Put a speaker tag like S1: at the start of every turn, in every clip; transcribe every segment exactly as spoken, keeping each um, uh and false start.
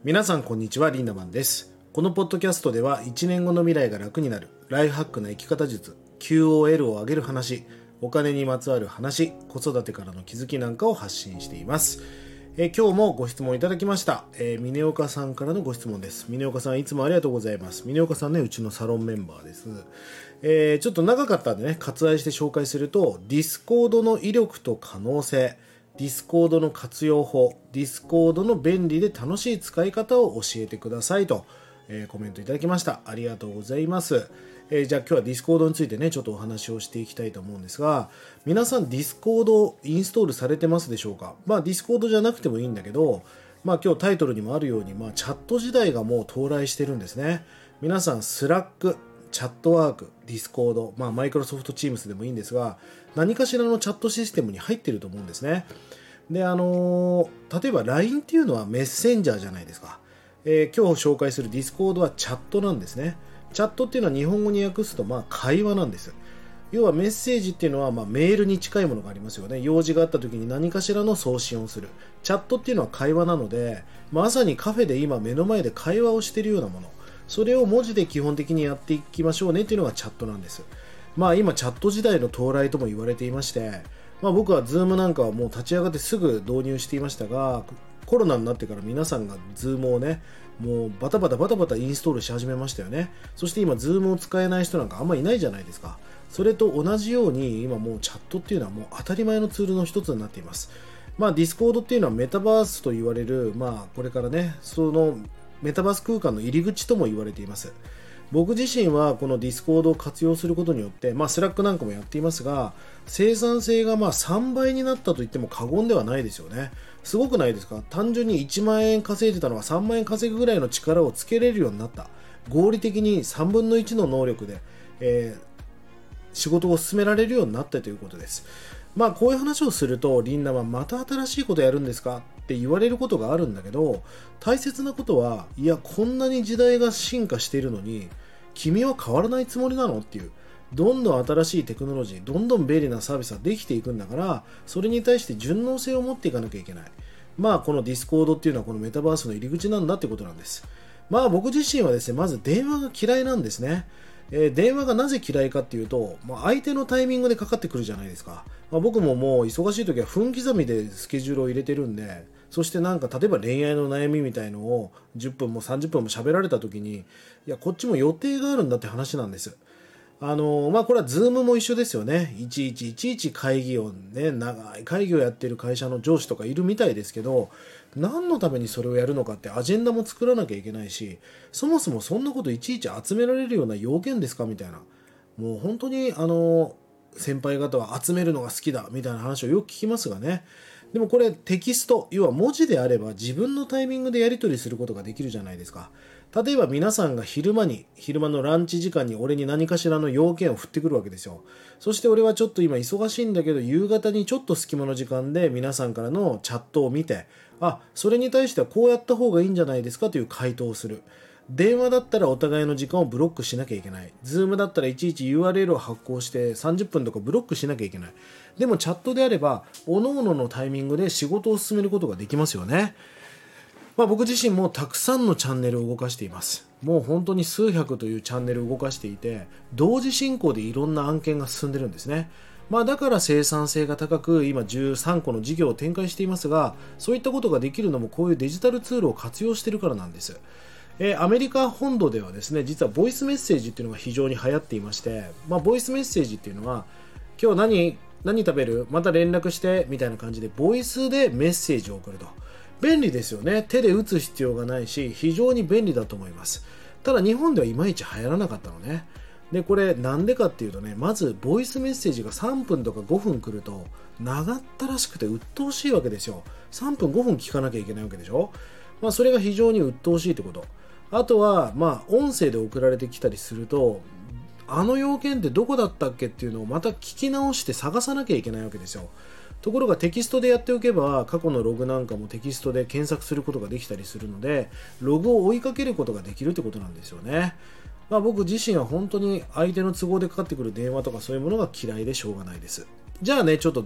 S1: 皆さんこんにちは、リンダマンです。このポッドキャストではいちねんごの未来が楽になるライフハックな生き方術 キューオーエル を上げる話、お金にまつわる話、子育てからの気づきなんかを発信しています。えー、今日もご質問いただきました、えー、峰岡さんからのご質問です。峰岡さんいつもありがとうございます。峰岡さんね、うちのサロンメンバーです。えー、ちょっと長かったんでね、割愛して紹介すると、ディスコードの威力と可能性、ディスコードの活用法、ディスコードの便利で楽しい使い方を教えてくださいと、えー、コメントいただきました。ありがとうございます。えー、じゃあ今日はディスコードについてね、ちょっとお話をしていきたいと思うんですが、皆さんディスコードインストールされてますでしょうか？まあディスコードじゃなくてもいいんだけど、まあ今日タイトルにもあるように、まあチャット時代がもう到来してるんですね。皆さんスラック、チャットワーク、ディスコード、まあマイクロソフトチームスでもいいんですが、何かしらのチャットシステムに入ってると思うんですね。で、あのー、例えば ライン っていうのはメッセンジャーじゃないですか。えー、今日紹介するディスコードはチャットなんですね。チャットっていうのは日本語に訳すとまあ会話なんです。要はメッセージっていうのはまあメールに近いものがありますよね。用事があった時に何かしらの送信をする。チャットっていうのは会話なので、まさにカフェで今目の前で会話をしているようなもの。それを文字で基本的にやっていきましょうねっていうのがチャットなんです。まあ今チャット時代の到来とも言われていまして、まあ、僕は Zoom なんかはもう立ち上がってすぐ導入していましたが、コロナになってから皆さんが Zoom をね、もうバタバタバタバタインストールし始めましたよね。そして今 Zoom を使えない人なんかあんまりいないじゃないですか。それと同じように今もうチャットっていうのはもう当たり前のツールの一つになっています。まあ Discord っていうのはメタバースと言われる、まあこれからね、そのメタバース空間の入り口とも言われています。僕自身はこのディスコードを活用することによって、まあ、スラックなんかもやっていますが、生産性がまあさんばいになったと言っても過言ではないですよね。すごくないですか？単純にいちまんえん稼いでたのがさんまんえん稼ぐぐらいの力をつけれるようになった。合理的にさんぶんのいちの能力で、えー、仕事を進められるようになったということです。まあこういう話をすると、リンダはまた新しいことやるんですかって言われることがあるんだけど、大切なことは、いやこんなに時代が進化しているのに君は変わらないつもりなのっていう、どんどん新しいテクノロジー、どんどん便利なサービスができていくんだから、それに対して順応性を持っていかなきゃいけない。まあこのディスコードっていうのはこのメタバースの入り口なんだってことなんです。まあ僕自身はですね、まず電話が嫌いなんですね。えー、電話がなぜ嫌いかっていうと、まあ、相手のタイミングでかかってくるじゃないですか。まあ、僕ももう忙しい時は分刻みでスケジュールを入れてるんで、そしてなんか例えば恋愛の悩みみたいのをじゅっぷんもさんじゅっぷんも喋られた時に、いやこっちも予定があるんだって話なんです。あのまあこれは Zoom も一緒ですよね。いちいちいちいち会議をね、長い会議をやっている会社の上司とかいるみたいですけど、何のためにそれをやるのかってアジェンダも作らなきゃいけないし、そもそもそんなこといちいち集められるような要件ですかみたいな。もう本当にあの先輩方は集めるのが好きだみたいな話をよく聞きますがね。でもこれテキスト、要は文字であれば自分のタイミングでやり取りすることができるじゃないですか。例えば皆さんが昼間に、昼間のランチ時間に俺に何かしらの要件を振ってくるわけですよ。そして俺はちょっと今忙しいんだけど、夕方にちょっと隙間の時間で皆さんからのチャットを見て、あ、それに対してはこうやった方がいいんじゃないですかという回答をする。電話だったらお互いの時間をブロックしなきゃいけない。Zoom だったらいちいち ユーアールエル を発行してさんじゅっぷんとかブロックしなきゃいけない。でもチャットであれば、各々のタイミングで仕事を進めることができますよね。まあ、僕自身もたくさんのチャンネルを動かしています。もう本当に数百というチャンネルを動かしていて、同時進行でいろんな案件が進んでるんですね。まあだから生産性が高く、今じゅうさんこの事業を展開していますが、そういったことができるのもこういうデジタルツールを活用しているからなんです。えー、アメリカ本土ではですね、実はボイスメッセージっていうのが非常に流行っていまして、まあ、ボイスメッセージっていうのは、今日何、何食べる？また連絡してみたいな感じで、ボイスでメッセージを送ると。便利ですよね。手で打つ必要がないし、非常に便利だと思います。ただ日本ではいまいち流行らなかったのね。で、これなんでかっていうとね、まずボイスメッセージがさんぷんとかごふん来ると、長ったらしくて鬱陶しいわけですよ。さんぷんごふん聞かなきゃいけないわけでしょ。まあそれが非常に鬱陶しいってこと。あとは、まあ音声で送られてきたりすると、あの要件ってどこだったっけっていうのをまた聞き直して探さなきゃいけないわけですよ。ところがテキストでやっておけば、過去のログなんかもテキストで検索することができたりするので、ログを追いかけることができるってことなんですよね。まあ、僕自身は本当に相手の都合でかかってくる電話とかそういうものが嫌いでしょうがないです。じゃあね、ちょっと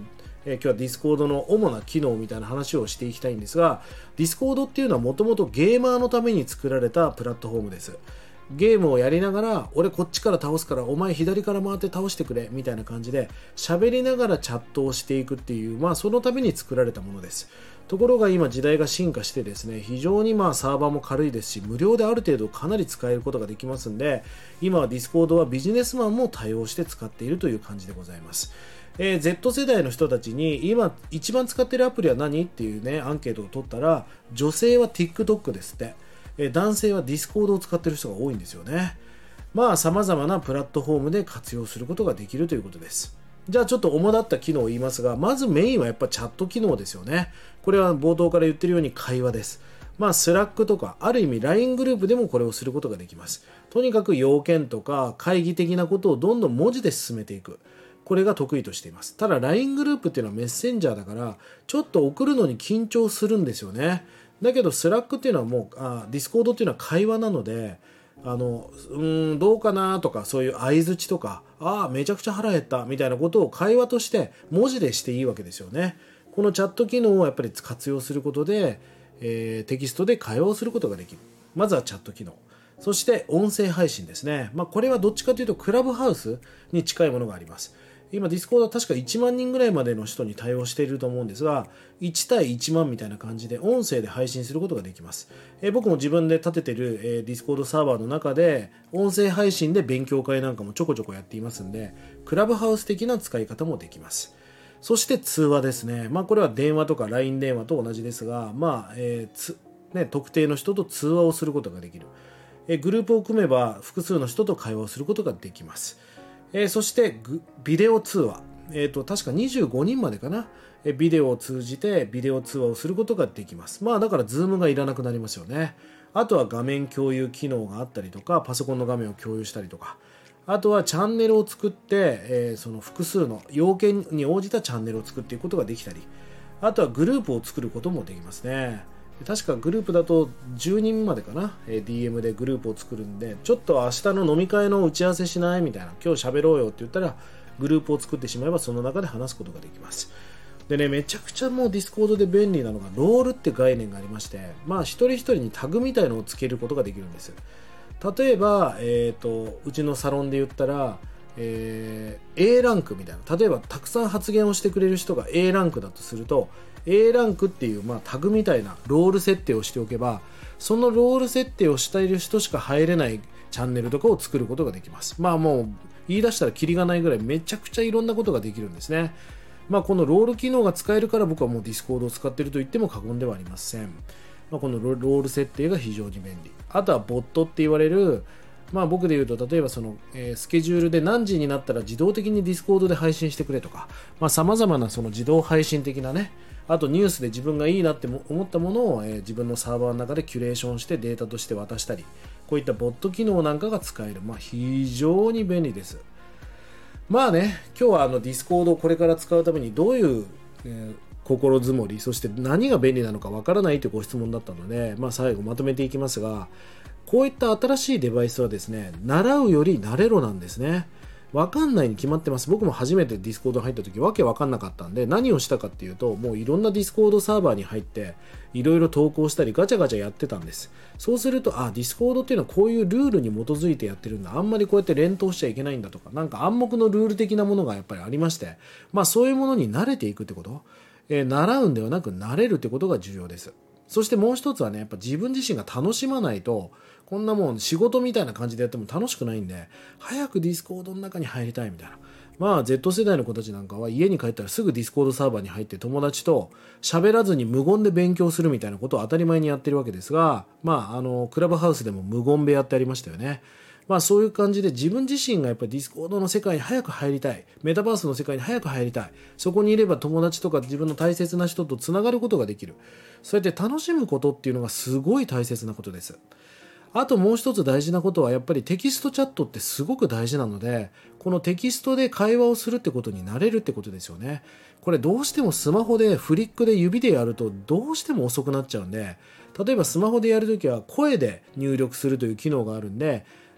S1: えー、今日は Discord の主な機能みたいな話をしていきたいんですが、 Discord っていうのはもともとゲーマーのために作られたプラットフォームです。ゲームをやりながら、俺こっちから倒すからお前左から回って倒してくれみたいな感じで喋りながらチャットをしていくっていう、まあそのために作られたものです。ところが今時代が進化してですね、非常にまあサーバーも軽いですし、無料である程度かなり使えることができますんで、今は Discord はビジネスマンも対応して使っているという感じでございます。えー、Z 世代の人たちに今一番使っているアプリは何っていうねアンケートを取ったら、女性は TikTok ですって、えー、男性は Discord を使っている人が多いんですよね。まあ様々なプラットフォームで活用することができるということです。じゃあちょっと主だった機能を言いますが、まずメインはやっぱチャット機能ですよね。これは冒頭から言ってるように会話です。まあスラックとかある意味 ライン グループでもこれをすることができます。とにかく要件とか会議的なことをどんどん文字で進めていく。これが得意としています。ただ ライン グループっていうのはメッセンジャーだからちょっと送るのに緊張するんですよね。だけどスラックっていうのはもうあ Discord っていうのは会話なので、あのうーんどうかなとかそういう相づちとか、ああめちゃくちゃ腹減ったみたいなことを会話として文字でしていいわけですよね。このチャット機能をやっぱり活用することで、えー、テキストで会話をすることができる。まずはチャット機能、そして音声配信ですね。まあ、これはどっちかというとクラブハウスに近いものがあります。今 Discord は確かいちまんにんぐらいまでの人に対応していると思うんですが、いち対いちまんみたいな感じで音声で配信することができます。えー、僕も自分で立ててる、えー、Discord サーバーの中で音声配信で勉強会なんかもちょこちょこやっていますんで、クラブハウス的な使い方もできます。そして通話ですね。まあ、これは電話とか ライン 電話と同じですが、まあえーつね、特定の人と通話をすることができる。えー、グループを組めば複数の人と会話をすることができます。えー、そしてビデオ通話、えーと、確かにじゅうごにんまでかな、えー、ビデオを通じてビデオ通話をすることができます。まあだからズームがいらなくなりますよね。あとは画面共有機能があったりとか、パソコンの画面を共有したりとか、あとはチャンネルを作って、えー、その複数の要件に応じたチャンネルを作っていくことができたり、あとはグループを作ることもできますね。確かグループだとじゅうにんまでかな、えー、ディーエム でグループを作るんで、ちょっと明日の飲み会の打ち合わせしないみたいな、今日喋ろうよって言ったらグループを作ってしまえばその中で話すことができます。でね、めちゃくちゃもう Discord で便利なのがロールって概念がありまして、まあ一人一人にタグみたいのをつけることができるんです。例えば、えーと、うちのサロンで言ったら、えー、A ランクみたいな、例えばたくさん発言をしてくれる人が A ランクだとすると、A ランクっていう、まあ、タグみたいなロール設定をしておけば、そのロール設定をしている人しか入れないチャンネルとかを作ることができます。まあもう言い出したらキリがないぐらいめちゃくちゃいろんなことができるんですね。まあこのロール機能が使えるから僕はもう Discord を使っていると言っても過言ではありません。まあ、このロール設定が非常に便利。あとはボットって言われる、まあ僕で言うと例えばその、えー、スケジュールで何時になったら自動的に Discord で配信してくれとか、まあ様々なその自動配信的なね、あとニュースで自分がいいなって思ったものを、えー、自分のサーバーの中でキュレーションしてデータとして渡したり、こういったボット機能なんかが使える。まあ非常に便利です。まあね、今日はあの Discord をこれから使うためにどういう、えー心づもり、そして何が便利なのかわからないというご質問だったので、まあ、最後まとめていきますが、こういった新しいデバイスはですね、習うより慣れろなんですね。わかんないに決まってます。僕も初めて Discord 入った時わけわかんなかったんで、何をしたかっていうと、もういろんな Discord サーバーに入っていろいろ投稿したりガチャガチャやってたんです。そうすると、あ、Discord っていうのはこういうルールに基づいてやってるんだ、あんまりこうやって連投しちゃいけないんだとか、なんか暗黙のルール的なものがやっぱりありまして、まあそういうものに慣れていくってこと、えー、習うんではなく慣れるってことが重要です。そしてもう一つはね、やっぱ自分自身が楽しまないと、こんなもん仕事みたいな感じでやっても楽しくないんで、早くディスコードの中に入りたいみたいな。まあ Z 世代の子たちなんかは家に帰ったらすぐディスコードサーバーに入って友達と喋らずに無言で勉強するみたいなことを当たり前にやってるわけですが、まああのクラブハウスでも無言部屋ってありましたよね。まあそういう感じで自分自身がやっぱりディスコードの世界に早く入りたい、メタバースの世界に早く入りたい、そこにいれば友達とか自分の大切な人とつながることができる、そうやって楽しむことっていうのがすごい大切なことです。あともう一つ大事なことはやっぱりテキストチャットってすごく大事なので、このテキストで会話をするってことに慣れるってことですよね。これどうしてもスマホでフリックで指でやるとどうしても遅くなっちゃうんで、例えばスマホでやるときは声で入力するという機能があるんで、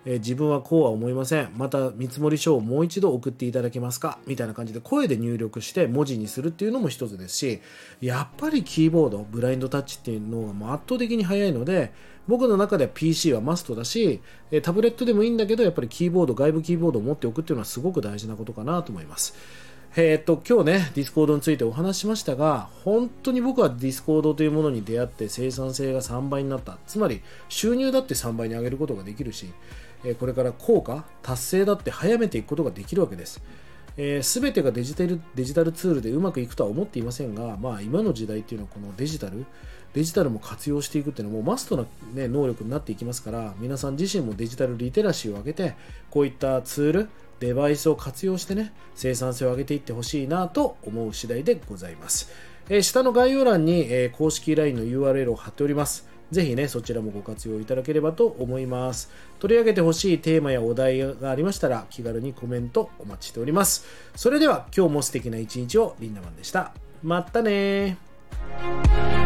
S1: えー、自分はこうは思いません、また見積書をもう一度送っていただけますかみたいな感じで声で入力して文字にするっていうのも一つですし、やっぱりキーボードブラインドタッチっていうのがもう圧倒的に速いので、僕の中では ピーシー はマストだし、タブレットでもいいんだけどやっぱりキーボード外部キーボードを持っておくっていうのはすごく大事なことかなと思います。えー、っと今日ねディスコードについてお話ししましたが、本当に僕はディスコードというものに出会って生産性がさんばいになった、つまり収入だってさんばいに上げることができるし、えー、これから効果達成だって早めていくことができるわけです。えー、全てがデジタル、デジタルツールでうまくいくとは思っていませんが、まあ、今の時代っていうのはこのデジタルデジタルも活用していくっていうのはもうマストな、ね、能力になっていきますから、皆さん自身もデジタルリテラシーを上げてこういったツールデバイスを活用してね生産性を上げていってほしいなと思う次第でございます。えー、下の概要欄に、えー、公式 ライン の ユーアールエル を貼っております。ぜひねそちらもご活用いただければと思います。取り上げてほしいテーマやお題がありましたら気軽にコメントお待ちしております。それでは今日も素敵な一日を。リンダマンでした。またねー。